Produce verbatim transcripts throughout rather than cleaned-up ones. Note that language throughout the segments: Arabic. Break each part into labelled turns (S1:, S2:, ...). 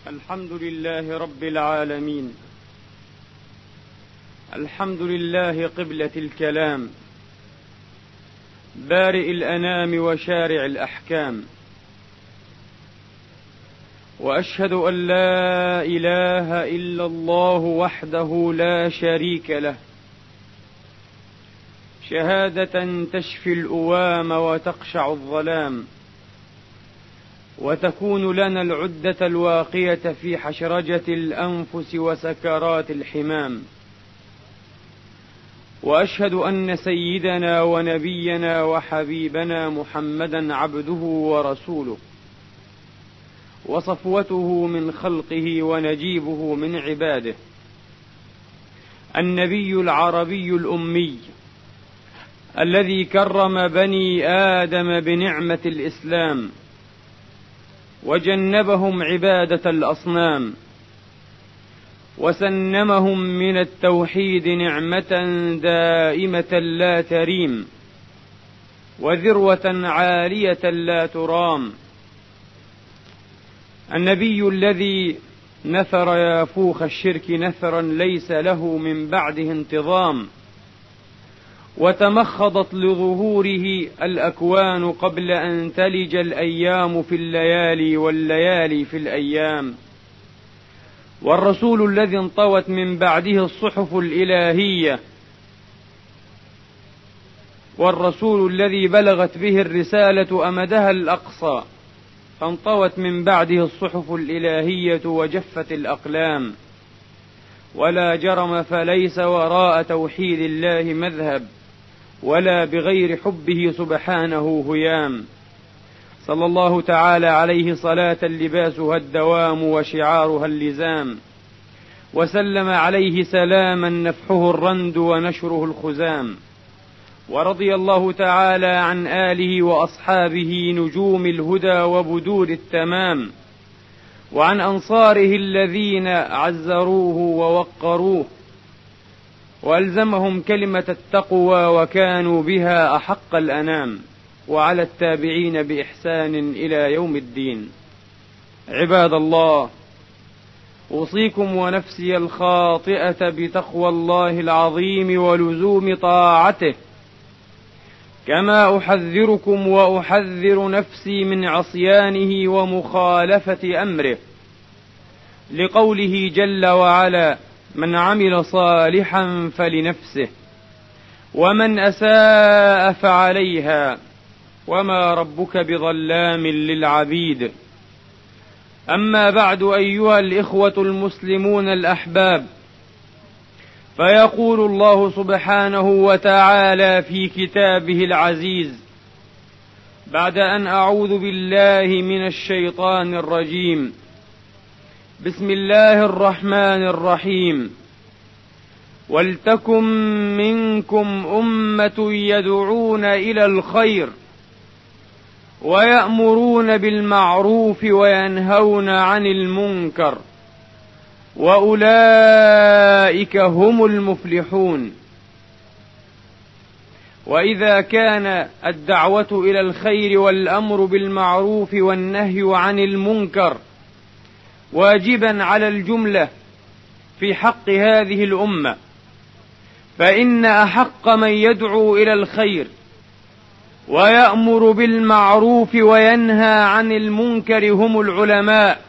S1: الحمد لله رب العالمين. الحمد لله قبلة الكلام، بارئ الأنام وشارع الأحكام، وأشهد أن لا إله إلا الله وحده لا شريك له، شهادة تشفي الأوام وتقشع الظلام، وتكون لنا العدة الواقية في حشرجة الأنفس وسكرات الحمام. وأشهد أن سيدنا ونبينا وحبيبنا محمدا عبده ورسوله، وصفوته من خلقه ونجيبه من عباده، النبي العربي الأمي الذي كرم بني آدم بنعمة الإسلام وجنبهم عبادة الأصنام، وسنمهم من التوحيد نعمة دائمة لا تريم، وذروة عالية لا ترام. النبي الذي نثر يافوخ الشرك نثرا ليس له من بعده انتظام، وتمخضت لظهوره الأكوان قبل أن تلج الأيام في الليالي والليالي في الأيام. والرسول الذي انطوت من بعده الصحف الإلهية، والرسول الذي بلغت به الرسالة أمدها الأقصى، فانطوت من بعده الصحف الإلهية وجفت الأقلام. ولا جرم فليس وراء توحيد الله مذهب، ولا بغير حبه سبحانه هيام. صلى الله تعالى عليه صلاة لباسها الدوام وشعارها اللزام، وسلم عليه سلاما نفحه الرند ونشره الخزام. ورضي الله تعالى عن آله وأصحابه نجوم الهدى وبدور التمام، وعن أنصاره الذين عزروه ووقروه وألزمهم كلمة التقوى وكانوا بها أحق الأنام، وعلى التابعين بإحسان إلى يوم الدين. عباد الله، أوصيكم ونفسي الخاطئة بتقوى الله العظيم ولزوم طاعته، كما أحذركم وأحذر نفسي من عصيانه ومخالفة أمره، لقوله جل وعلا: من عمل صالحا فلنفسه ومن أساء فعليها وما ربك بظلام للعبيد. أما بعد، أيها الإخوة المسلمون الأحباب، فيقول الله سبحانه وتعالى في كتابه العزيز بعد أن أعوذ بالله من الشيطان الرجيم: بسم الله الرحمن الرحيم: ولتكن منكم أمة يدعون إلى الخير ويأمرون بالمعروف وينهون عن المنكر وأولئك هم المفلحون. وإذا كان الدعوة إلى الخير والأمر بالمعروف والنهي عن المنكر واجبا على الجملة في حق هذه الأمة، فإن أحق من يدعو إلى الخير ويأمر بالمعروف وينهى عن المنكر هم العلماء،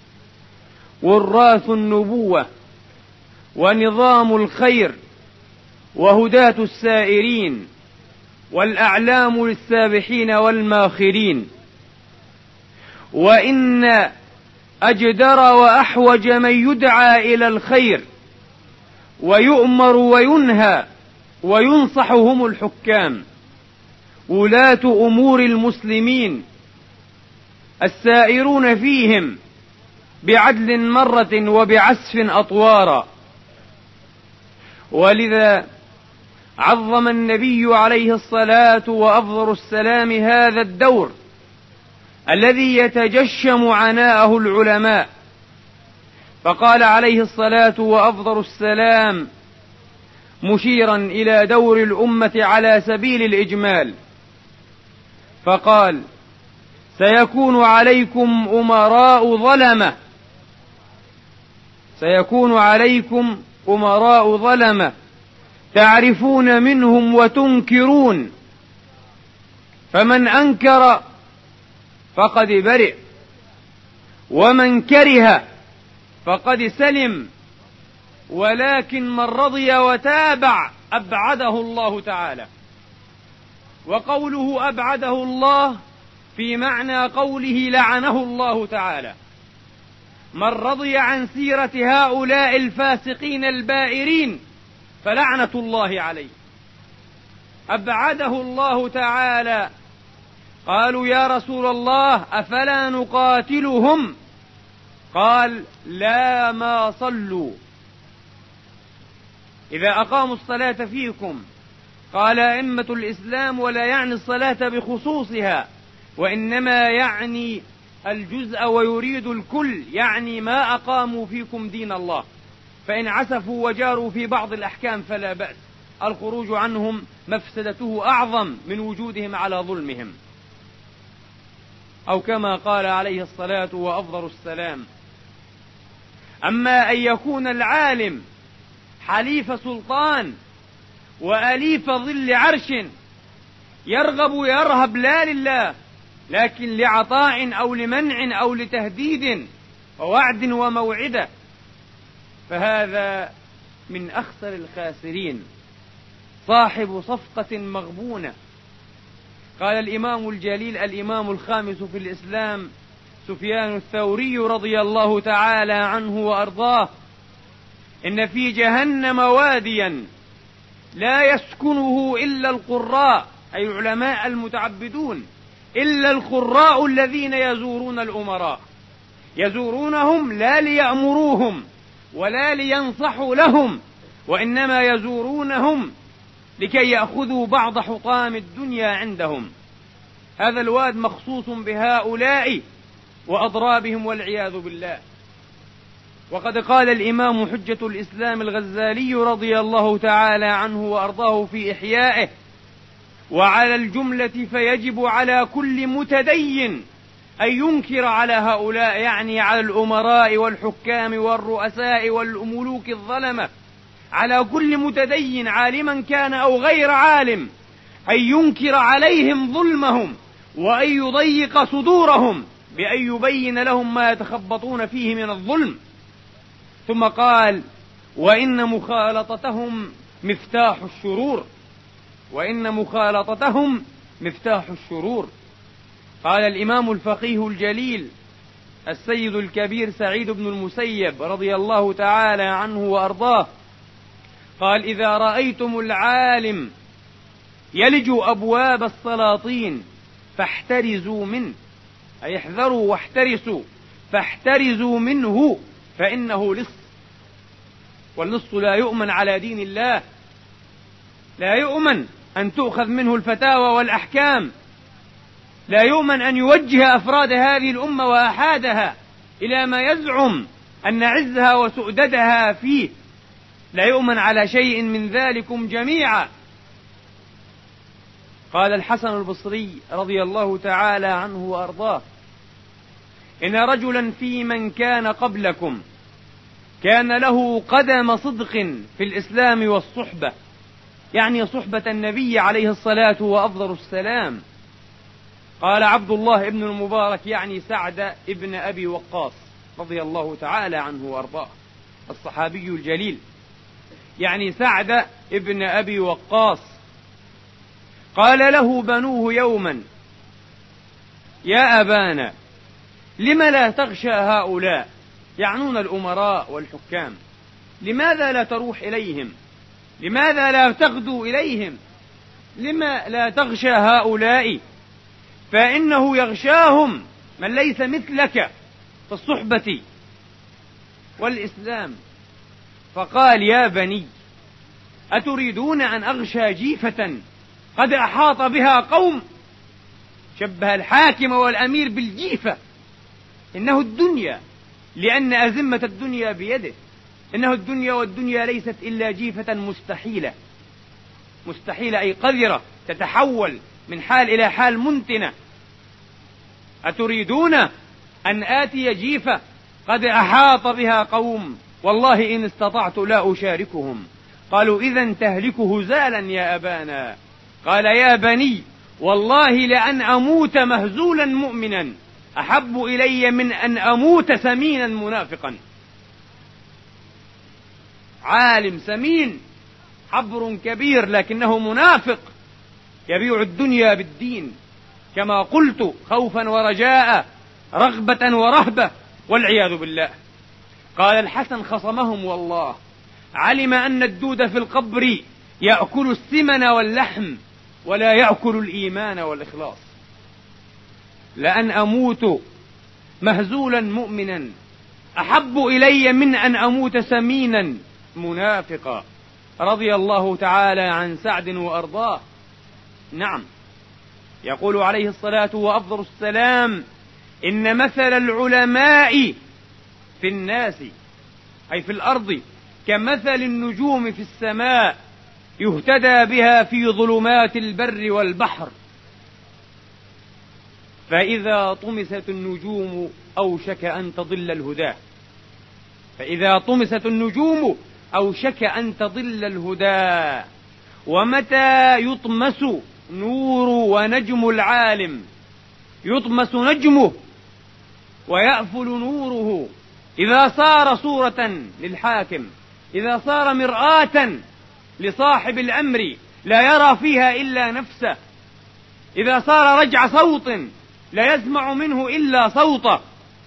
S1: وراث النبوة ونظام الخير وهداة السائرين والأعلام للسابحين والماخرين. وإن أجدر وأحوج من يدعى إلى الخير ويؤمر وينهى وينصح هم الحكام، ولاة أمور المسلمين السائرون فيهم بعدل مرة وبعسف أطوارا. ولذا عظم النبي عليه الصلاة وأفضل السلام هذا الدور الذي يتجشم عناءه العلماء، فقال عليه الصلاة وأفضل السلام مشيرا إلى دور الأمة على سبيل الإجمال، فقال: سيكون عليكم أمراء ظلمة سيكون عليكم أمراء ظلمة تعرفون منهم وتنكرون، فمن أنكر فقد برئ، ومن كره فقد سلم، ولكن من رضي وتابع أبعده الله تعالى. وقوله أبعده الله في معنى قوله لعنه الله تعالى. من رضي عن سيرة هؤلاء الفاسقين البائرين فلعنة الله عليه. أبعده الله تعالى. قالوا يا رسول الله أفلا نقاتلهم؟ قال لا ما صلوا. إذا أقاموا الصلاة فيكم، قال أئمة الإسلام ولا يعني الصلاة بخصوصها، وإنما يعني الجزء ويريد الكل، يعني ما أقاموا فيكم دين الله، فإن عسفوا وجاروا في بعض الأحكام فلا بأس، الخروج عنهم مفسدته أعظم من وجودهم على ظلمهم. أو كما قال عليه الصلاة وأفضل السلام. أما أن يكون العالم حليف سلطان وأليف ظل عرش، يرغب ويرهب لا لله لكن لعطاء أو لمنع أو لتهديد ووعد وموعدة، فهذا من أخسر الخاسرين، صاحب صفقة مغبونة. قال الإمام الجليل الإمام الخامس في الإسلام سفيان الثوري رضي الله تعالى عنه وأرضاه: إن في جهنم واديا لا يسكنه إلا القراء، أي العلماء المتعبدون، إلا القراء الذين يزورون الأمراء، يزورونهم لا ليأمروهم ولا لينصحوا لهم، وإنما يزورونهم لكي يأخذوا بعض حطام الدنيا عندهم. هذا الواد مخصوص بهؤلاء وأضرابهم والعياذ بالله. وقد قال الإمام حجة الإسلام الغزالي رضي الله تعالى عنه وأرضاه في إحيائه: وعلى الجملة فيجب على كل متدين أن ينكر على هؤلاء، يعني على الأمراء والحكام والرؤساء والملوك الظلمة، على كل متدين عالما كان أو غير عالم، أن ينكر عليهم ظلمهم وأن يضيق صدورهم بأن يبين لهم ما يتخبطون فيه من الظلم. ثم قال: وإن مخالطتهم مفتاح الشرور، وإن مخالطتهم مفتاح الشرور. قال الإمام الفقيه الجليل السيد الكبير سعيد بن المسيب رضي الله تعالى عنه وأرضاه، قال: إذا رأيتم العالم يلج أبواب السلاطين فاحترزوا منه، أي احذروا واحترسوا، فاحترزوا منه فإنه لص، واللص لا يؤمن على دين الله، لا يؤمن أن تؤخذ منه الفتاوى والأحكام، لا يؤمن أن يوجه أفراد هذه الأمة وأحادها إلى ما يزعم أن عزها وسؤددها فيه، لا يؤمن على شيء من ذلكم جميعا. قال الحسن البصري رضي الله تعالى عنه وأرضاه: إن رجلا في من كان قبلكم كان له قدم صدق في الإسلام والصحبة، يعني صحبة النبي عليه الصلاة وأفضل السلام. قال عبد الله ابن المبارك يعني سعد ابن أبي وقاص رضي الله تعالى عنه وأرضاه، الصحابي الجليل، يعني سعد ابن أبي وقاص. قال له بنوه يوما: يا أبانا لم لا تغشى هؤلاء، يعنون الأمراء والحكام، لماذا لا تروح إليهم؟ لماذا لا تغدو إليهم؟ لما لا تغشى هؤلاء؟ فإنه يغشاهم من ليس مثلك في الصحبة والإسلام. فقال: يا بني أتريدون أن أغشى جيفة قد أحاط بها قوم؟ شبه الحاكم والأمير بالجيفة. إنه الدنيا، لأن أزمة الدنيا بيده. إنه الدنيا، والدنيا ليست إلا جيفة مستحيلة، مستحيلة أي قذرة تتحول من حال إلى حال منتنة. أتريدون أن آتي جيفة قد أحاط بها قوم والله إن استطعت لا أشاركهم. قالوا إذا تهلك هزالا يا أبانا. قال يا بني والله لأن أموت مهزولا مؤمنا أحب إلي من أن أموت سمينا منافقا. عالم سمين حبر كبير لكنه منافق يبيع الدنيا بالدين، كما قلت خوفا ورجاء، رغبة ورهبة، والعياذ بالله. قال الحسن خصمهم والله علم أن الدود في القبر يأكل السمن واللحم ولا يأكل الإيمان والإخلاص. لأن أموت مهزولا مؤمنا أحب إلي من أن أموت سمينا منافقا. رضي الله تعالى عن سعد وأرضاه. نعم، يقول عليه الصلاة وأفضل السلام: إن مثل العلماء في الناس أي في الأرض كمثل النجوم في السماء يهتدى بها في ظلمات البر والبحر، فإذا طمست النجوم أوشك أن تضل الهدى. فإذا طمست النجوم أوشك أن تضل الهدى. ومتى يطمس نور ونجم العالم، يطمس نجمه ويأفل نوره، إذا صار صورة للحاكم، إذا صار مرآة لصاحب الأمر لا يرى فيها إلا نفسه، إذا صار رجع صوت لا يسمع منه إلا صوته.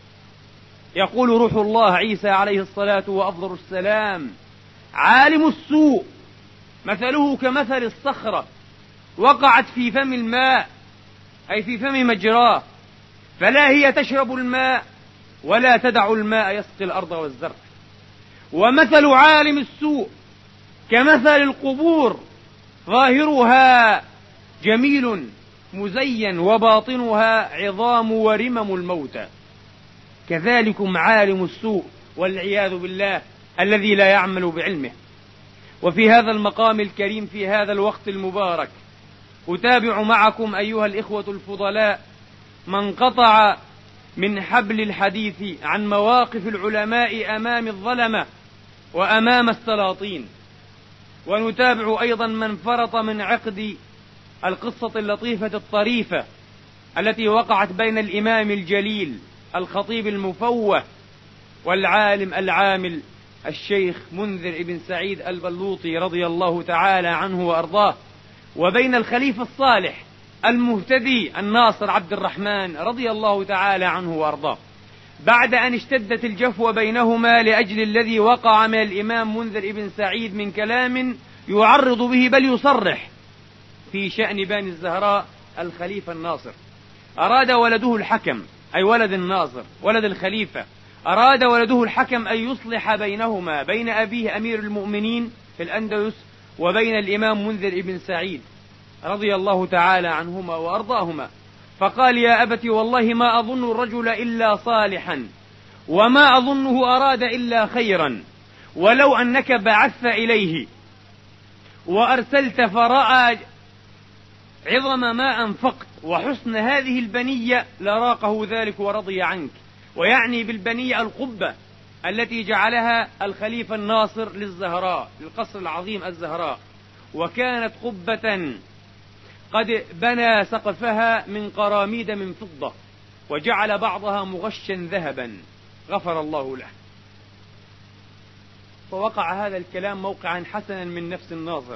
S1: يقول روح الله عيسى عليه الصلاة وأفضل السلام: عالم السوء مثله كمثل الصخرة وقعت في فم الماء أي في فم مجراه، فلا هي تشرب الماء ولا تدع الماء يسقي الأرض والزرع. ومثل عالم السوء كمثل القبور ظاهرها جميل مزين وباطنها عظام ورمم الموتى. كذلكم عالم السوء والعياذ بالله الذي لا يعمل بعلمه. وفي هذا المقام الكريم في هذا الوقت المبارك أتابع معكم أيها الإخوة الفضلاء من قطع من حبل الحديث عن مواقف العلماء أمام الظلمة وأمام السلاطين، ونتابع أيضا من فرط من عقد القصة اللطيفة الطريفة التي وقعت بين الإمام الجليل الخطيب المفوه والعالم العامل الشيخ منذر بن سعيد البلوطي رضي الله تعالى عنه وأرضاه، وبين الخليفة الصالح المهتدي الناصر عبد الرحمن رضي الله تعالى عنه وأرضاه، بعد أن اشتدت الجفوة بينهما لأجل الذي وقع من الإمام منذر بن سعيد من كلام يعرض به بل يصرح في شأن بني الزهراء الخليفة الناصر. أراد ولده الحكم أي ولد الناصر ولد الخليفة، أراد ولده الحكم أن يصلح بينهما، بين أبيه أمير المؤمنين في الأندلس وبين الإمام منذر بن سعيد رضي الله تعالى عنهما وأرضاهما. فقال: يا أبت والله ما أظن الرجل إلا صالحا وما أظنه أراد إلا خيرا، ولو أنك بعثت إليه وأرسلت فرأى عظم ما أنفقت وحسن هذه البنية لراقه ذلك ورضي عنك. ويعني بالبنية القبة التي جعلها الخليفة الناصر للزهراء، للقصر العظيم الزهراء، وكانت قبة قد بنى سقفها من قراميد من فضة وجعل بعضها مغشا ذهبا غفر الله له. فوقع هذا الكلام موقعا حسنا من نفس الناظر،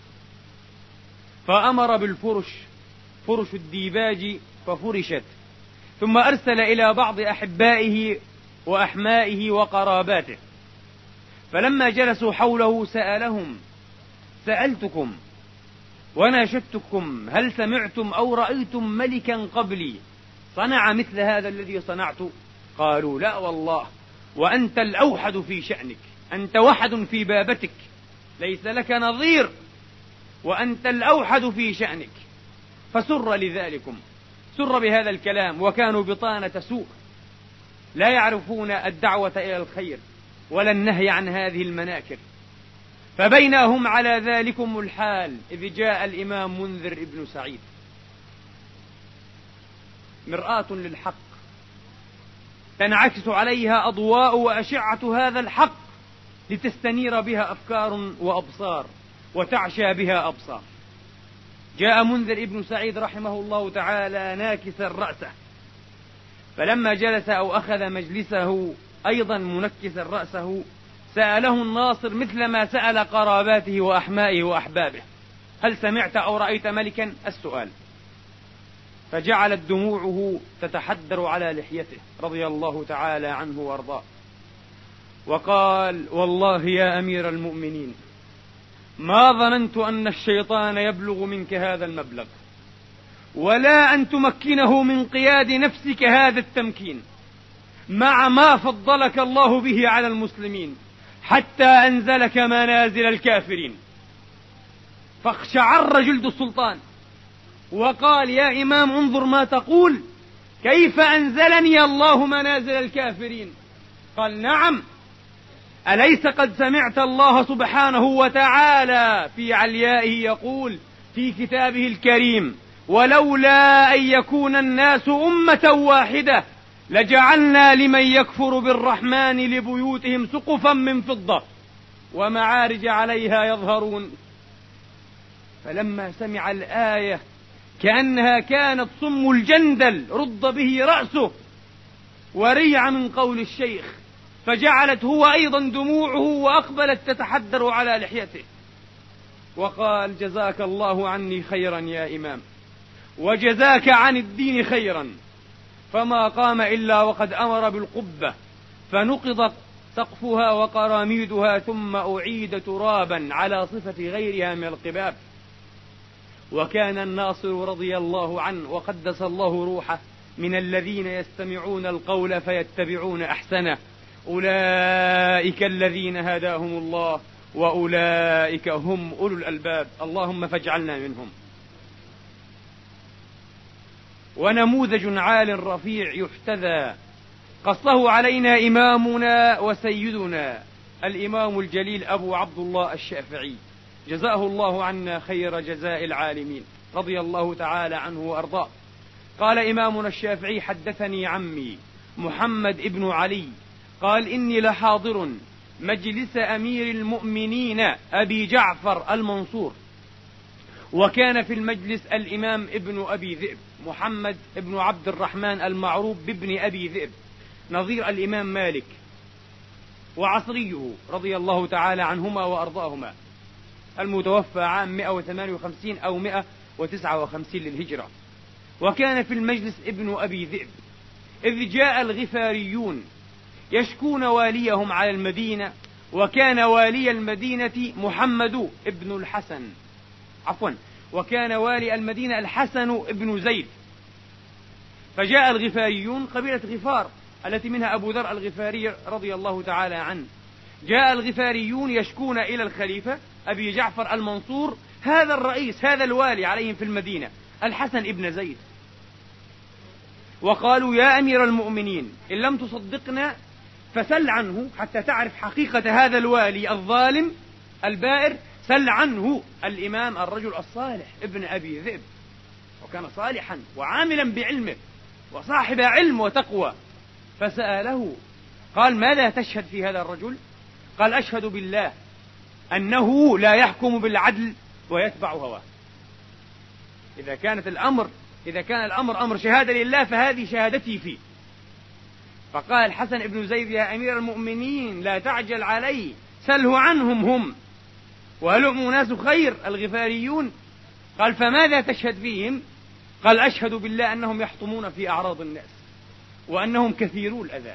S1: فأمر بالفرش، فرش الديباج ففرشت، ثم أرسل إلى بعض أحبائه وأحمائه وقراباته، فلما جلسوا حوله سألهم: سألتكم وناشدتكم هل سمعتم أو رأيتم ملكا قبلي صنع مثل هذا الذي صنعت؟ قالوا: لا والله، وأنت الأوحد في شأنك، أنت وحد في بابتك ليس لك نظير، وأنت الأوحد في شأنك. فسر لذلكم، سر بهذا الكلام، وكانوا بطانة سوء لا يعرفون الدعوة إلى الخير ولا النهي عن هذه المناكر. فبينهم على ذلكم الحال إذ جاء الإمام منذر ابن سعيد، مرآة للحق تنعكس عليها أضواء وأشعة هذا الحق لتستنير بها أفكار وأبصار وتعشى بها أبصار. جاء منذر ابن سعيد رحمه الله تعالى ناكسا رأسه، فلما جلس أو أخذ مجلسه أيضا منكسا رأسه سأله الناصر مثل ما سأل قراباته وأحمائه وأحبابه: هل سمعت أو رأيت ملكا؟ السؤال. فجعلت دموعه تتحدر على لحيته رضي الله تعالى عنه وارضاه، وقال: والله يا أمير المؤمنين ما ظننت أن الشيطان يبلغ منك هذا المبلغ، ولا أن تمكنه من قياد نفسك هذا التمكين، مع ما فضلك الله به على المسلمين حتى أنزلك منازل الكافرين. فاخشعر جلد السلطان وقال: يا إمام انظر ما تقول، كيف أنزلني الله منازل الكافرين؟ قال: نعم، أليس قد سمعت الله سبحانه وتعالى في عليائه يقول في كتابه الكريم: ولولا أن يكون الناس أمة واحدة لجعلنا لمن يكفر بالرحمن لبيوتهم سقفا من فضة ومعارج عليها يظهرون. فلما سمع الآية كأنها كانت صم الجندل رد به رأسه وريع من قول الشيخ، فجعلت هو أيضا دموعه وأقبلت تتحدر على لحيته، وقال: جزاك الله عني خيرا يا إمام، وجزاك عن الدين خيرا. فما قام إلا وقد أمر بالقبة فنقضت سقفها وقراميدها ثم أعيد ترابا على صفة غيرها من القباب. وكان الناصر رضي الله عنه وقدس الله روحه من الذين يستمعون القول فيتبعون أحسنه: أولئك الذين هداهم الله وأولئك هم أولو الألباب، اللهم فاجعلنا منهم. ونموذج عال رفيع يحتذى قصه علينا إمامنا وسيدنا الإمام الجليل أبو عبد الله الشافعي، جزاه الله عنا خير جزاء العالمين، رضي الله تعالى عنه وأرضاه. قال إمامنا الشافعي: حدثني عمي محمد ابن علي قال: إني لحاضر مجلس أمير المؤمنين أبي جعفر المنصور، وكان في المجلس الإمام ابن أبي ذئب محمد ابن عبد الرحمن المعروف بابن أبي ذئب نظير الإمام مالك وعصريه رضي الله تعالى عنهما وأرضاهما، المتوفى عام مئة وثمانية وخمسين أو مئة وتسعة وخمسين للهجرة. وكان في المجلس ابن أبي ذئب إذ جاء الغفاريون يشكون واليهم على المدينة، وكان والي المدينة محمد ابن الحسن عفوا وكان والي المدينة الحسن ابن زيد. فجاء الغفاريون قبيلة غفار التي منها أبو ذر الغفاري رضي الله تعالى عنه، جاء الغفاريون يشكون إلى الخليفة أبي جعفر المنصور هذا الرئيس هذا الوالي عليهم في المدينة الحسن ابن زيد، وقالوا: يا أمير المؤمنين إن لم تصدقنا فسل عنه حتى تعرف حقيقة هذا الوالي الظالم البائر، سل عنه الإمام الرجل الصالح ابن أبي ذئب، وكان صالحا وعاملا بعلمه وصاحب علم وتقوى. فسأله قال: ماذا تشهد في هذا الرجل؟ قال: أشهد بالله أنه لا يحكم بالعدل ويتبع هواه. إذا كانت الأمر إذا كان الأمر أمر شهادة لله فهذه شهادتي فيه. فقال الحسن ابن زيد: يا أمير المؤمنين لا تعجل علي، سله عنهم هم، وهل هم ناس خير الغفاريون؟ قال: فماذا تشهد فيهم؟ قال: أشهد بالله أنهم يحطمون في أعراض الناس، وأنهم كثيرو الأذى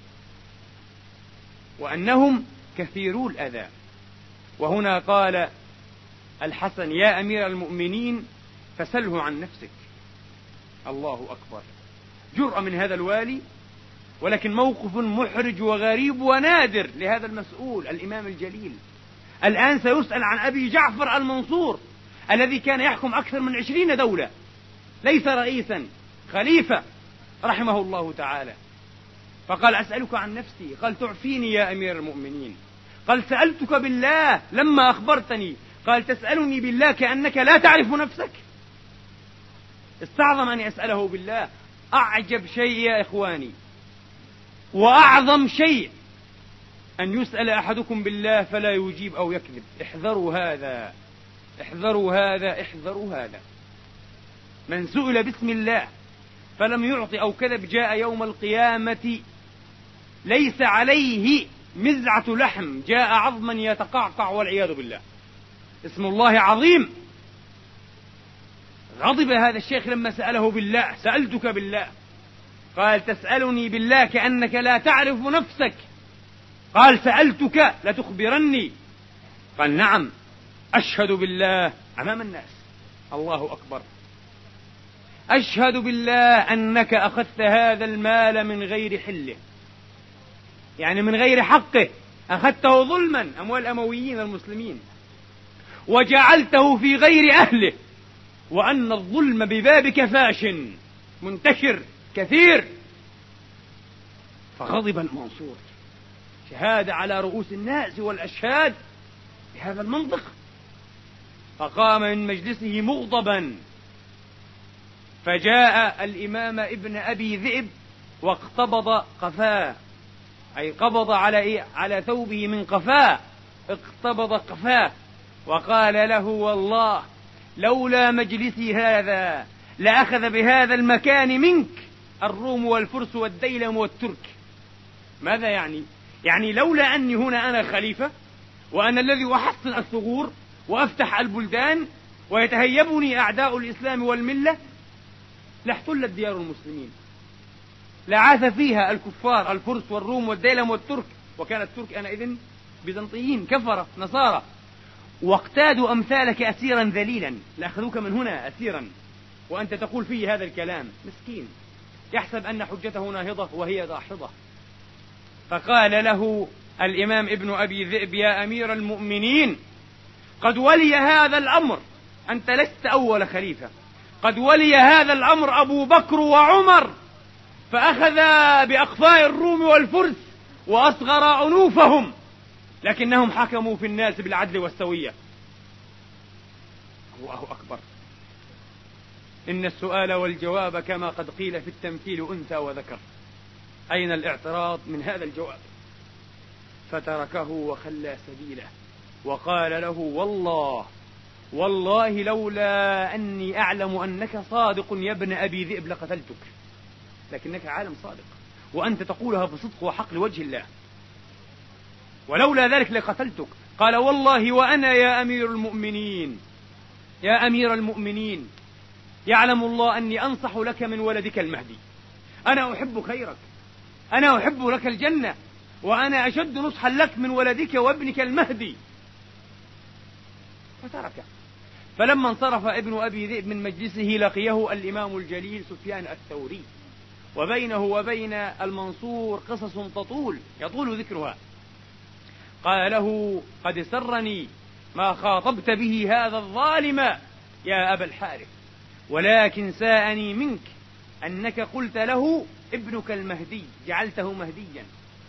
S1: وأنهم كثيرو الأذى. وهنا قال الحسن: يا أمير المؤمنين فسله عن نفسك. الله أكبر، جرأة من هذا الوالي، ولكن موقف محرج وغريب ونادر لهذا المسؤول الإمام الجليل. الآن سيسأل عن أبي جعفر المنصور الذي كان يحكم أكثر من عشرين دولة، ليس رئيسا، خليفة رحمه الله تعالى. فقال: أسألك عن نفسي. قال: تعفيني يا أمير المؤمنين. قال: سألتك بالله لما أخبرتني. قال: تسألني بالله كأنك لا تعرف نفسك. استعظم أن يسأله بالله. أعجب شيء يا إخواني وأعظم شيء أن يسأل أحدكم بالله فلا يجيب أو يكذب. احذروا هذا، احذروا هذا، احذروا هذا. من سئل باسم الله فلم يعط أو كذب جاء يوم القيامة ليس عليه مزعة لحم، جاء عظما يتقعقع والعياذ بالله. اسم الله عظيم. غضب هذا الشيخ لما سأله بالله: سألتك بالله. قال: تسألني بالله كأنك لا تعرف نفسك. قال: سألتك لتخبرني. قال: نعم أشهد بالله أمام الناس. الله أكبر. أشهد بالله أنك أخذت هذا المال من غير حله، يعني من غير حقه، أخذته ظلما، أموال الأمويين المسلمين، وجعلته في غير أهله، وأن الظلم ببابك فاش منتشر كثير. فغضب المنصور، شهادة على رؤوس الناس والأشهاد بهذا المنطق. فقام من مجلسه مغضبا، فجاء الإمام ابن أبي ذئب واقتبض قفاه، أي قبض على إيه؟ على ثوبه من قفاه، اقتبض قفاه، وقال له: والله لولا مجلسي هذا لأخذ بهذا المكان منك الروم والفرس والديلم والترك. ماذا يعني؟ يعني لولا أني هنا أنا خليفة، وأنا الذي أحصن الثغور وأفتح البلدان ويتهيبني أعداء الإسلام والملة، لاحتلت ديار المسلمين، لعاث فيها الكفار الفرس والروم والديلم والترك، وكان الترك آنئذ بيزنطيين كفرة نصارى، واقتادوا أمثالك أسيرا ذليلا، لأخذوك من هنا أسيرا وأنت تقول فيه هذا الكلام. مسكين يحسب أن حجته ناهضة وهي داحضة. فقال له الإمام ابن أبي ذئب: يا أمير المؤمنين، قد ولي هذا الأمر، أنت لست أول خليفة، قد ولي هذا الأمر أبو بكر وعمر، فأخذ بأقفاء الروم والفرس وأصغر أنوفهم، لكنهم حكموا في الناس بالعدل والسوية. الله أكبر. إن السؤال والجواب كما قد قيل في التمثيل أنثى وذكر. أين الاعتراض من هذا الجواب؟ فتركه وخلى سبيله وقال له: والله والله لولا أني أعلم أنك صادق يا ابن أبي ذئب لقتلتك، لكنك عالم صادق وأنت تقولها بصدق وحق لوجه الله، ولولا ذلك لقتلتك. قال: والله وأنا يا أمير المؤمنين، يا أمير المؤمنين، يعلم الله أني أنصح لك من ولدك المهدي، أنا أحب خيرك، أنا أحب لك الجنة، وأنا أشد نصحا لك من ولدك وابنك المهدي. فتركه. فلما انصرف ابن أبي ذئب من مجلسه لقيه الإمام الجليل سفيان الثوري، وبينه وبين المنصور قصص تطول يطول ذكرها. قال له: قد سرني ما خاطبت به هذا الظالم يا أبا الحارث، ولكن ساءني منك أنك قلت له ابنك المهدي، جعلته مهديا.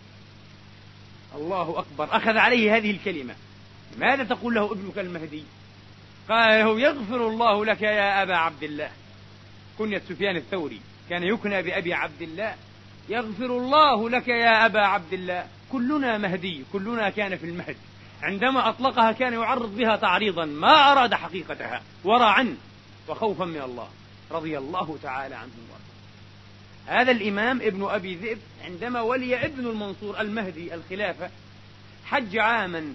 S1: الله أكبر. أخذ عليه هذه الكلمة: ماذا تقول له ابنك المهدي؟ قال له: يغفر الله لك يا أبا عبد الله. كنية سفيان الثوري، كان يكنى بأبي عبد الله. يغفر الله لك يا أبا عبد الله. كلنا مهدي، كلنا كان في المهد. عندما أطلقها كان يعرض بها تعريضا، ما أراد حقيقتها، ورعا وخوفا من الله رضي الله تعالى عنه وارضاه. هذا الإمام ابن أبي ذئب عندما ولي ابن المنصور المهدي الخلافة حج عاما،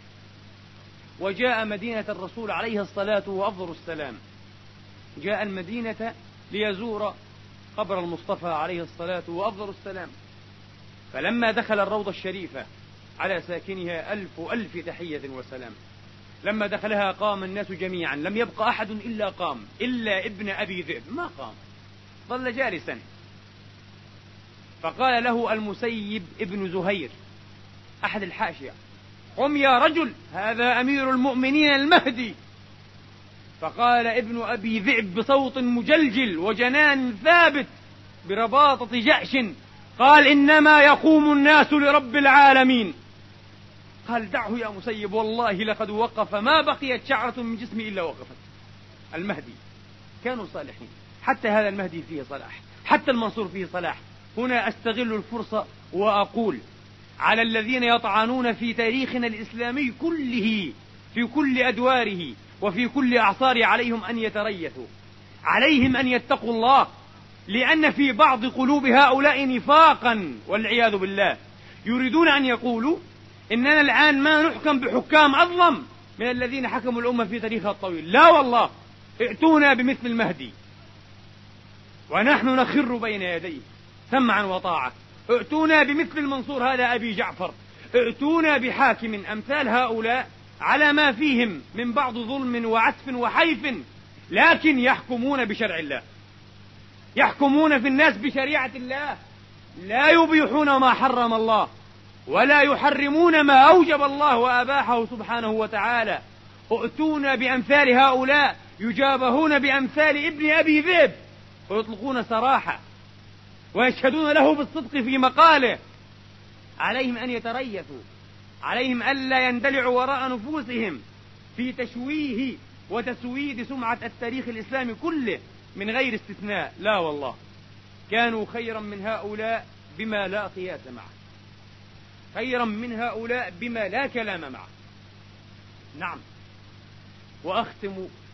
S1: وجاء مدينة الرسول عليه الصلاة وأفضل السلام، جاء المدينة ليزور قبر المصطفى عليه الصلاة وأفضل السلام. فلما دخل الروضة الشريفة على ساكنها ألف ألف تحية وسلام، لما دخلها قام الناس جميعا، لم يبق أحد إلا قام، إلا ابن أبي ذئب ما قام، ظل جالسا. فقال له المسيب ابن زهير أحد الحاشية: قم يا رجل، هذا أمير المؤمنين المهدي. فقال ابن أبي ذئب بصوت مجلجل وجنان ثابت برباطة جأش، قال: إنما يقوم الناس لرب العالمين. قال: دعه يا مسيب، والله لقد وقف، ما بقيت شعرة من جسمي إلا وقفت. المهدي كانوا صالحين، حتى هذا المهدي فيه صلاح، حتى المنصور فيه صلاح. هنا أستغل الفرصة وأقول: على الذين يطعنون في تاريخنا الإسلامي كله في كل أدواره وفي كل أعصاره عليهم أن يتريثوا، عليهم أن يتقوا الله، لأن في بعض قلوب هؤلاء نفاقا والعياذ بالله، يريدون أن يقولوا إننا الآن ما نحكم بحكام أظلم من الذين حكموا الأمة في تاريخها الطويل. لا والله، ائتونا بمثل المهدي ونحن نخر بين يديه سمعا وطاعة، ائتونا بمثل المنصور هذا أبي جعفر، ائتونا بحاكم أمثال هؤلاء على ما فيهم من بعض ظلم وعسف وحيف، لكن يحكمون بشرع الله، يحكمون في الناس بشريعة الله، لا يبيحون ما حرم الله ولا يحرمون ما أوجب الله وأباحه سبحانه وتعالى. ائتونا بأمثال هؤلاء يجابهون بأمثال ابن أبي ذئب ويطلقون سراحة ويشهدون له بالصدق في مقاله. عليهم أن يتريثوا، عليهم ألا يندلعوا وراء نفوسهم في تشويه وتسويد سمعة التاريخ الإسلامي كله من غير استثناء. لا والله، كانوا خيرا من هؤلاء بما لا قياس معه، خيرا من هؤلاء بما لا كلام معه. نعم. وأختم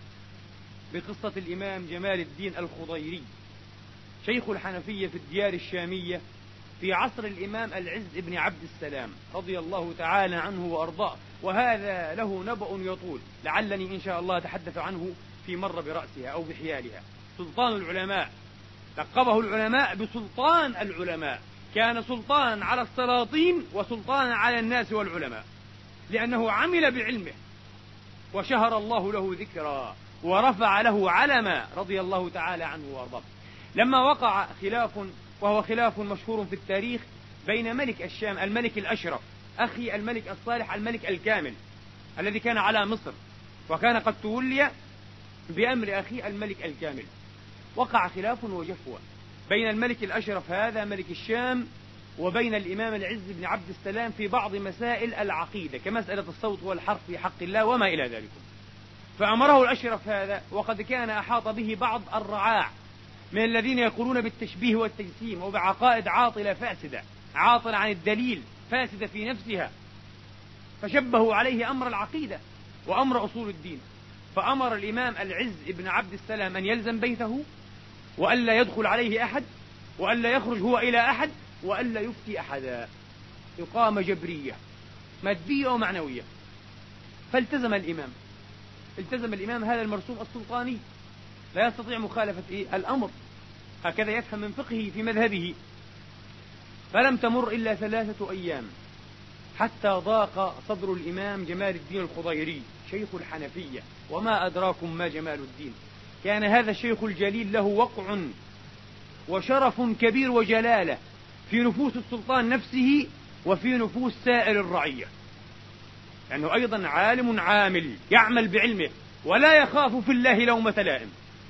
S1: بقصة الإمام جمال الدين الخضيري شيخ الحنفية في الديار الشامية في عصر الإمام العز بن عبد السلام رضي الله تعالى عنه وأرضاه، وهذا له نبأ يطول، لعلني إن شاء الله أتحدث عنه في مرة برأسها أو بحيالها. سلطان العلماء، لقبه العلماء بسلطان العلماء، كان سلطانا على السلاطين وسلطانا على الناس والعلماء، لأنه عمل بعلمه وشهر الله له ذكرا ورفع له علما رضي الله تعالى عنه وأرضاه. لما وقع خلاف، وهو خلاف مشهور في التاريخ، بين ملك الشام الملك الأشرف أخي الملك الصالح الملك الكامل الذي كان على مصر، وكان قد تولي بأمر أخي الملك الكامل، وقع خلاف وجفوة بين الملك الأشرف هذا ملك الشام وبين الإمام العز بن عبد السلام في بعض مسائل العقيدة كمسألة الصوت والحرف في حق الله وما إلى ذلك. فأمره الأشرف هذا، وقد كان أحاط به بعض الرعاع من الذين يقولون بالتشبيه والتجسيم وبعقائد عاطلة فاسدة، عاطلة عن الدليل، فاسدة في نفسها، فشبهوا عليه أمر العقيدة وأمر أصول الدين. فأمر الإمام العز بن عبد السلام أن يلزم بيته، وألا يدخل عليه أحد، وألا يخرج هو إلى أحد، وألا يفتي أحدا. إقامة جبرية مادية ومعنوية. فالتزم الإمام، التزم الإمام هذا المرسوم السلطاني، لا يستطيع مخالفة إيه؟ الأمر، هكذا يفهم من فقهه في مذهبه. فلم تمر إلا ثلاثة أيام حتى ضاق صدر الإمام جمال الدين الخضيري شيخ الحنفية. وما أدراكم ما جمال الدين، كان هذا الشيخ الجليل له وقع وشرف كبير وجلالة في نفوس السلطان نفسه وفي نفوس سائر الرعية، لأنه يعني أيضا عالم عامل يعمل بعلمه ولا يخاف في الله لومة لائم،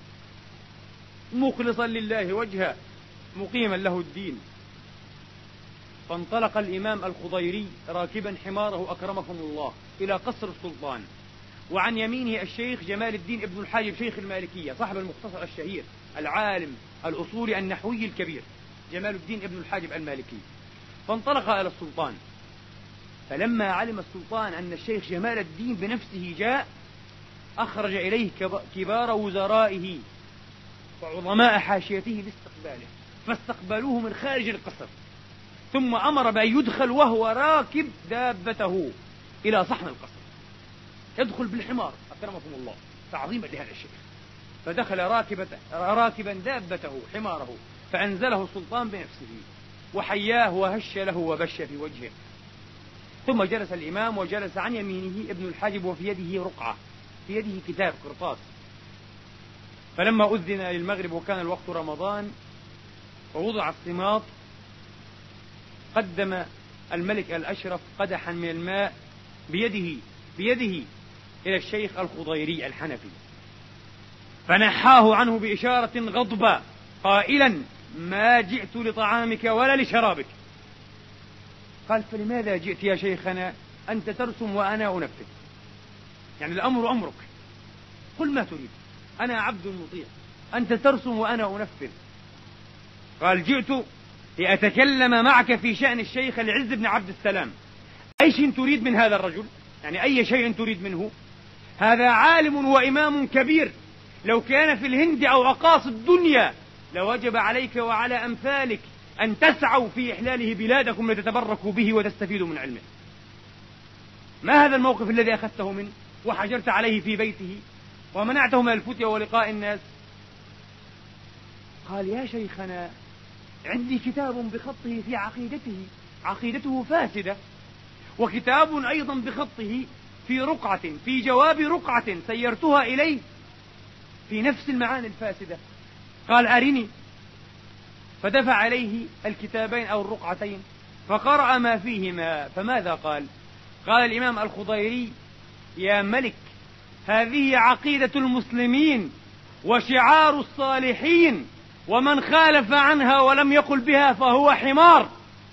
S1: مخلصا لله وجهه، مقيما له الدين. فانطلق الإمام الخضيري راكبا حماره أكرمكم الله إلى قصر السلطان، وعن يمينه الشيخ جمال الدين ابن الحاجب شيخ المالكية صاحب المختصر الشهير العالم الأصولي النحوي الكبير جمال الدين ابن الحاجب المالكي. فانطلق إلى السلطان، فلما علم السلطان أن الشيخ جمال الدين بنفسه جاء، أخرج إليه كبار وزرائه وعظماء حاشيته لاستقباله، فاستقبلوه من خارج القصر، ثم أمر بأن يدخل وهو راكب دابته إلى صحن القصر، يدخل بالحمار أكرمكم الله تعظيما لهذا الشيخ. فدخل راكبا دابته حماره، فأنزله السلطان بنفسه وحياه وهش له وبش في وجهه. ثم جلس الإمام وجلس عن يمينه ابن الحاجب وفي يده رقعة، في يده كتاب قرطاس. فلما أذن للمغرب وكان الوقت رمضان ووضع الصماط، قدم الملك الأشرف قدحا من الماء بيده بيده إلى الشيخ الخضيري الحنفي، فنحاه عنه بإشارة غضبة قائلا: ما جئت لطعامك ولا لشرابك. قال: فلماذا جئت يا شيخنا؟ أنت ترسم وأنا أنفذ، يعني الأمر أمرك، قل ما تريد، أنا عبد مطيع، أنت ترسم وأنا أنفذ. قال: جئت لأتكلم معك في شأن الشيخ العز بن عبد السلام. أي شيء تريد من هذا الرجل؟ يعني أي شيء تريد منه؟ هذا عالم وإمام كبير، لو كان في الهند أو أقاصي الدنيا لوجب عليك وعلى أمثالك أن تسعوا في إحلاله بلادكم لتتبركوا به وتستفيدوا من علمه. ما هذا الموقف الذي أخذته منه وحجرت عليه في بيته ومنعته من الفتية ولقاء الناس؟ قال: يا شيخنا، عندي كتاب بخطه في عقيدته، عقيدته فاسدة، وكتاب أيضا بخطه في رقعة، في جواب رقعة سيرتها إليه في نفس المعاني الفاسدة. قال: أرني. فدفع عليه الكتابين أو الرقعتين فقرأ ما فيهما، فماذا قال؟ قال الإمام الخضيري: يا ملك، هذه عقيدة المسلمين وشعار الصالحين، ومن خالف عنها ولم يقل بها فهو حمار.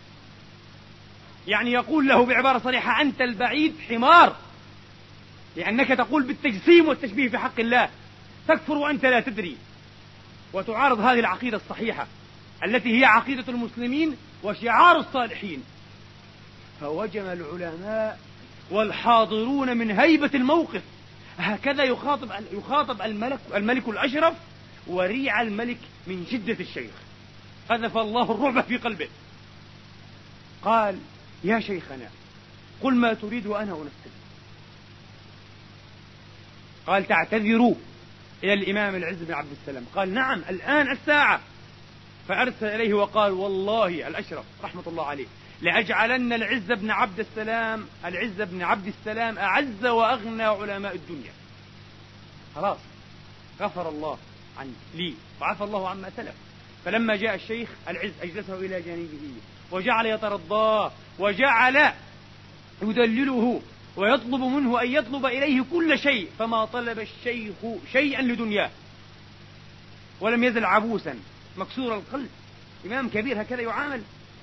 S1: يعني يقول له بعبارة صريحة: أنت البعيد حمار، لأنك تقول بالتجسيم والتشبيه في حق الله، تكفر وأنت لا تدري، وتعارض هذه العقيدة الصحيحة التي هي عقيدة المسلمين وشعار الصالحين. فوجم العلماء والحاضرون من هيبة الموقف. هكذا يخاطب يخاطب الملك الملك الأشرف وريع الملك من شدة الشيخ، قذف الله الرعب في قلبه. قال: يا شيخنا، قل ما تريد وأنا أنفذ. قال: تعتذروا إلى الإمام العز بن عبد السلام. قال: نعم، الآن الساعة. فأرسل إليه وقال: والله الأشرف رحمة الله عليه لأجعلن العز بن عبد السلام العز بن عبد السلام أعز وأغنى علماء الدنيا. خلاص، غفر الله عن لي وعفى الله عما سلف. فلما جاء الشيخ العز أجلسه إلى جانبه وجعل يترضاه وجعل يدلله ويطلب منه أن يطلب إليه كل شيء، فما طلب الشيخ شيئا لدنياه، ولم يزل عبوسا مكسور القلب. إمام كبير هكذا يعامل.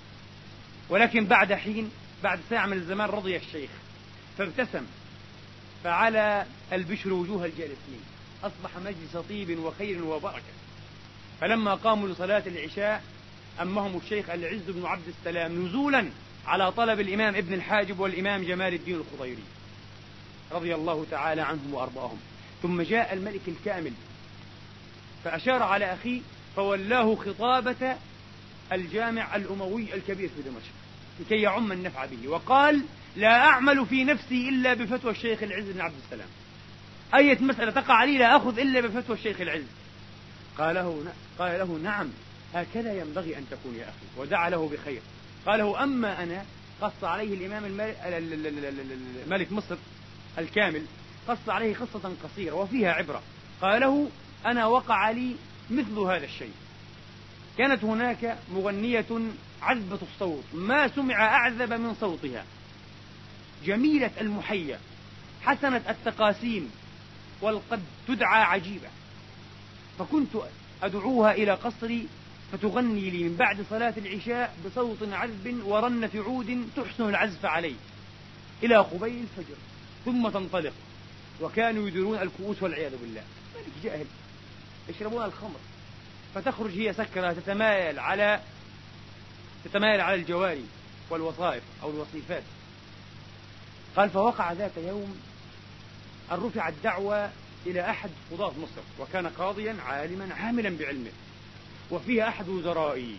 S1: ولكن بعد حين، بعد ساعة من الزمان، رضي الشيخ فابتسم، فعلى البشر وجوه الجالسين، أصبح مجلس طيب وخير وبركة. فلما قاموا لصلاة العشاء أمهم الشيخ العز بن عبد السلام نزولا على طلب الإمام ابن الحاجب والإمام جمال الدين الخضيري رضي الله تعالى عنهم وأرضاهم. ثم جاء الملك الكامل فأشار على أخيه فولاه خطابة الجامع الأموي الكبير في دمشق لكي يعم النفع به، وقال: لا أعمل في نفسي إلا بفتوى الشيخ العز بن عبد السلام، أي مسألة تقع علي لا أخذ إلا بفتوى الشيخ العز. قال له قال له: نعم، هكذا ينبغي أن تكون يا أخي، ودعا له بخير. قال له: أما أنا، قص عليه الإمام الملك مصر الكامل، قص عليه قصة قصيرة وفيها عبرة. قال له: أنا وقع لي مثل هذا الشيء. كانت هناك مغنية عذبة الصوت ما سمع أعذب من صوتها، جميلة المحيا، حسنة التقاسيم، والقد تدعى عجيبة. فكنت أدعوها إلى قصري فتغني لي من بعد صلاة العشاء بصوت عذب ورنة عود تحسن العزف عليه إلى قبيل الفجر، ثم تنطلق. وكانوا يديرون الكؤوس والعياذ بالله، ملك جاهل، يشربون الخمر، فتخرج هي سكرة تتمايل على تتمايل على الجواري والوظائف أو الوصيفات. قال: فوقع ذات يوم أن رفعت دعوة إلى أحد قضاة مصر، وكان قاضيا عالما عاملا بعلمه، وفيها أحد وزرائي،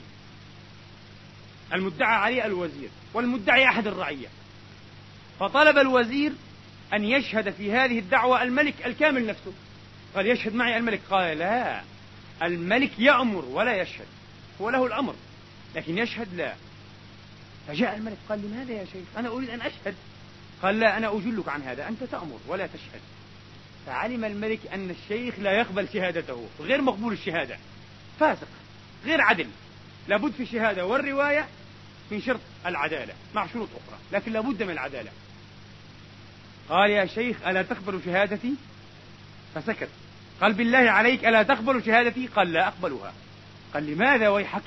S1: المدعى عليه الوزير والمدعي أحد الرعية. فطلب الوزير أن يشهد في هذه الدعوة الملك الكامل نفسه. قال: يشهد معي الملك؟ قال: لا، الملك يأمر ولا يشهد، هو له الأمر، لكن يشهد لا. فجاء الملك قال: لماذا يا شيخ؟ أنا أريد أن أشهد. قال: لا، أنا أجلك عن هذا، أنت تأمر ولا تشهد. فعلم الملك أن الشيخ لا يقبل شهادته، غير مقبول الشهادة، فاسق غير عدل، لابد في الشهادة والرواية من شرط العدالة مع شروط أخرى، لكن لابد من العدالة. قال: يا شيخ، ألا تقبل شهادتي؟ فسكت. قال: بالله عليك ألا تقبل شهادتي؟ قال: لا أقبلها. قال: لماذا ويحك؟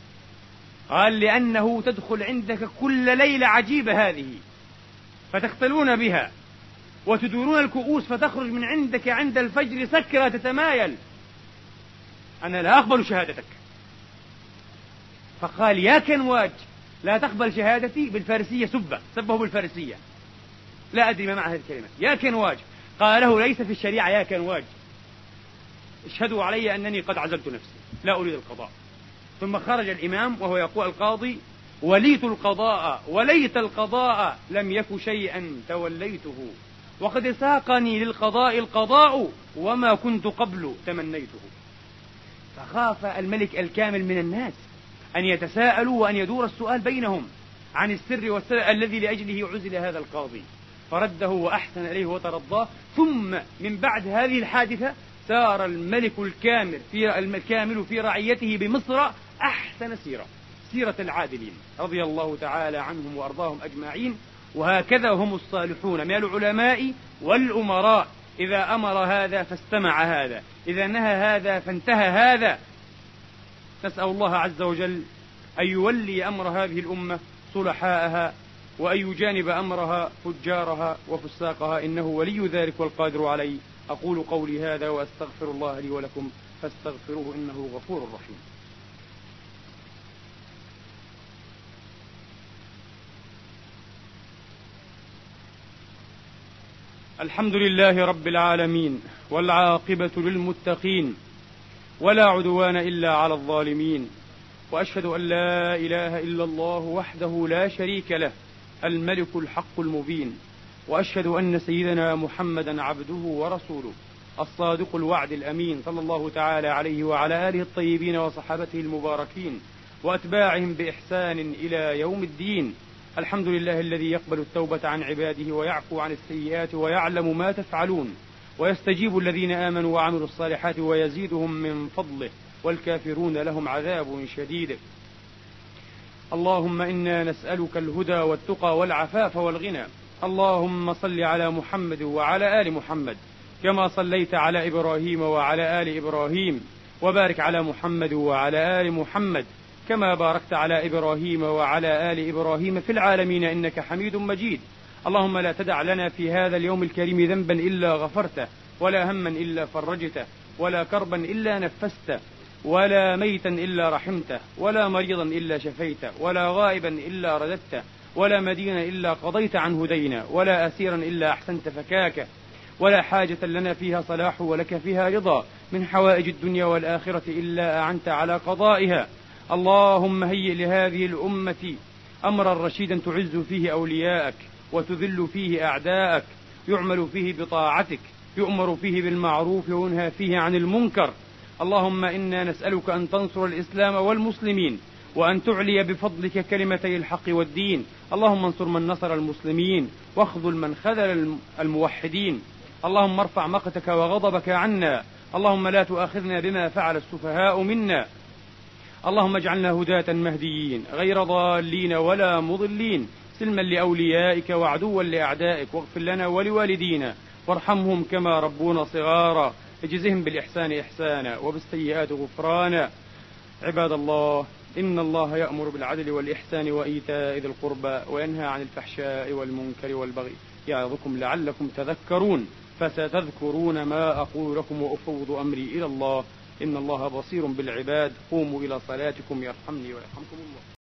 S1: قال: لأنه تدخل عندك كل ليلة عجيبة هذه فتختلون بها، وتدورون الكؤوس فتخرج من عندك عند الفجر سكرة تتمايل، أنا لا أقبل شهادتك. فقال: يا كنواج لا تقبل شهادتي. بالفارسية سبه سبه بالفارسية، لا أدري ما معنى هذه الكلمة، يا كنواج. قال له: ليس في الشريعة يا كنواج، اشهدوا علي أنني قد عزلت نفسي، لا أريد القضاء. ثم خرج الإمام وهو يقول القاضي: وليت القضاء وليت القضاء لم يك شيئا توليته، وقد ساقني للقضاء القضاء وما كنت قبل تمنيته. فخاف الملك الكامل من الناس أن يتساءلوا وأن يدور السؤال بينهم عن السر والسر الذي لأجله عزل هذا القاضي، فرده وأحسن إليه وترضاه. ثم من بعد هذه الحادثة سار الملك الكامل في الكامل في رعيته بمصر أحسن سيرة، سيرة العادلين رضي الله تعالى عنهم وأرضاهم أجمعين. وهكذا هم الصالحون من العلماء والأمراء، إذا أمر هذا فاستمع هذا، إذا نهى هذا فانتهى هذا. نسأل الله عز وجل أن يولي أمر هذه الأمة صلحاءها، وأن يجانب أمرها فجارها وفساقها، إنه ولي ذلك والقادر عليه. أقول قولي هذا وأستغفر الله لي ولكم فاستغفروه إنه غفور رحيم. الحمد لله رب العالمين، والعاقبة للمتقين، ولا عدوان إلا على الظالمين، وأشهد أن لا إله إلا الله وحده لا شريك له الملك الحق المبين، وأشهد أن سيدنا محمدا عبده ورسوله الصادق الوعد الأمين، صلى الله تعالى عليه وعلى آله الطيبين وصحابته المباركين وأتباعهم بإحسان إلى يوم الدين. الحمد لله الذي يقبل التوبة عن عباده ويعفو عن السيئات ويعلم ما تفعلون، ويستجيب الذين آمنوا وعملوا الصالحات ويزيدهم من فضله، والكافرون لهم عذاب شديد. اللهم إنا نسألك الهدى والتقى والعفاف والغنى. اللهم صل على محمد وعلى آل محمد كما صليت على إبراهيم وعلى آل إبراهيم، وبارك على محمد وعلى آل محمد كما باركت على إبراهيم وعلى آل إبراهيم في العالمين إنك حميد مجيد. اللهم لا تدع لنا في هذا اليوم الكريم ذنبا إلا غفرته، ولا هما إلا فرجته، ولا كربا إلا نفسته، ولا ميتا إلا رحمته، ولا مريضا إلا شفيته، ولا غائبا إلا رددته، ولا مدينا إلا قضيت عنه دينا، ولا أسيرا إلا أحسنت فكاكه، ولا حاجة لنا فيها صلاح ولك فيها رضا من حوائج الدنيا والآخرة إلا أعنت على قضائها. اللهم هيئ لهذه الأمة أمرا رشيدا تعز فيه أولياءك وتذل فيه أعداءك، يعمل فيه بطاعتك، يؤمر فيه بالمعروف وينهى فيه عن المنكر. اللهم إنا نسألك أن تنصر الإسلام والمسلمين، وأن تعلي بفضلك كلمتي الحق والدين. اللهم انصر من نصر المسلمين، واخذل من خذل الموحدين. اللهم ارفع مقتك وغضبك عنا. اللهم لا تؤاخذنا بما فعل السفهاء منا. اللهم اجعلنا هداة مهديين غير ضالين ولا مضلين، سلما لأوليائك وعدوا لأعدائك، واغفر لنا ولوالدينا وارحمهم كما ربونا صغارا، اجزهم بالإحسان إحسانا وبالسيئات غفرانا. عباد الله، إن الله يأمر بالعدل والإحسان وإيتاء ذي القربى وينهى عن الفحشاء والمنكر والبغي يعظكم لعلكم تذكرون. فستذكرون ما أقول لكم وأفوض أمري إلى الله، إن الله بصير بالعباد. قوموا إلى صلاتكم يرحمني ويرحمكم الله.